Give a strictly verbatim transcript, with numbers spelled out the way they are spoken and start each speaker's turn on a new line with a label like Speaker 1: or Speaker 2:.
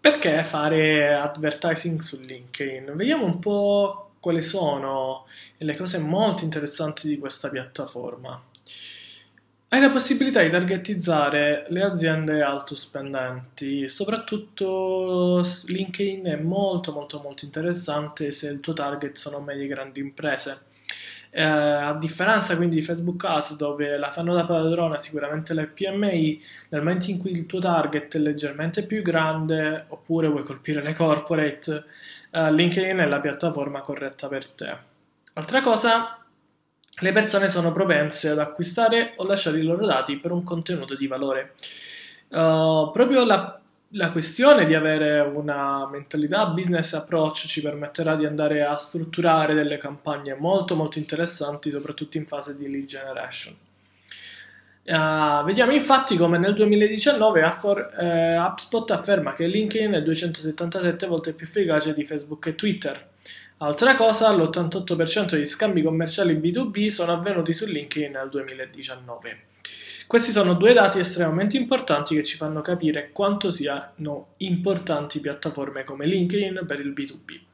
Speaker 1: Perché fare advertising su LinkedIn? Vediamo un po' quali sono le cose molto interessanti di questa piattaforma. Hai la possibilità di targetizzare le aziende alto spendenti, soprattutto s- LinkedIn è molto molto molto interessante se il tuo target sono medie e grandi imprese. Eh, a differenza quindi di Facebook Ads dove la fanno da padrona sicuramente le P M I, nel momento in cui il tuo target è leggermente più grande oppure vuoi colpire le corporate, eh, LinkedIn è la piattaforma corretta per te. Altra cosa, le persone sono propense ad acquistare o lasciare i loro dati per un contenuto di valore. Uh, proprio la, la questione di avere una mentalità business approach ci permetterà di andare a strutturare delle campagne molto molto interessanti, soprattutto in fase di lead generation. Uh, vediamo infatti come nel duemiladiciannove Affor- eh, HubSpot afferma che LinkedIn è duecentosettantasette volte più efficace di Facebook e Twitter. Altra cosa, l'ottantotto per cento degli scambi commerciali B due B sono avvenuti su LinkedIn nel duemiladiciannove. Questi sono due dati estremamente importanti che ci fanno capire quanto siano importanti piattaforme come LinkedIn per il B due B.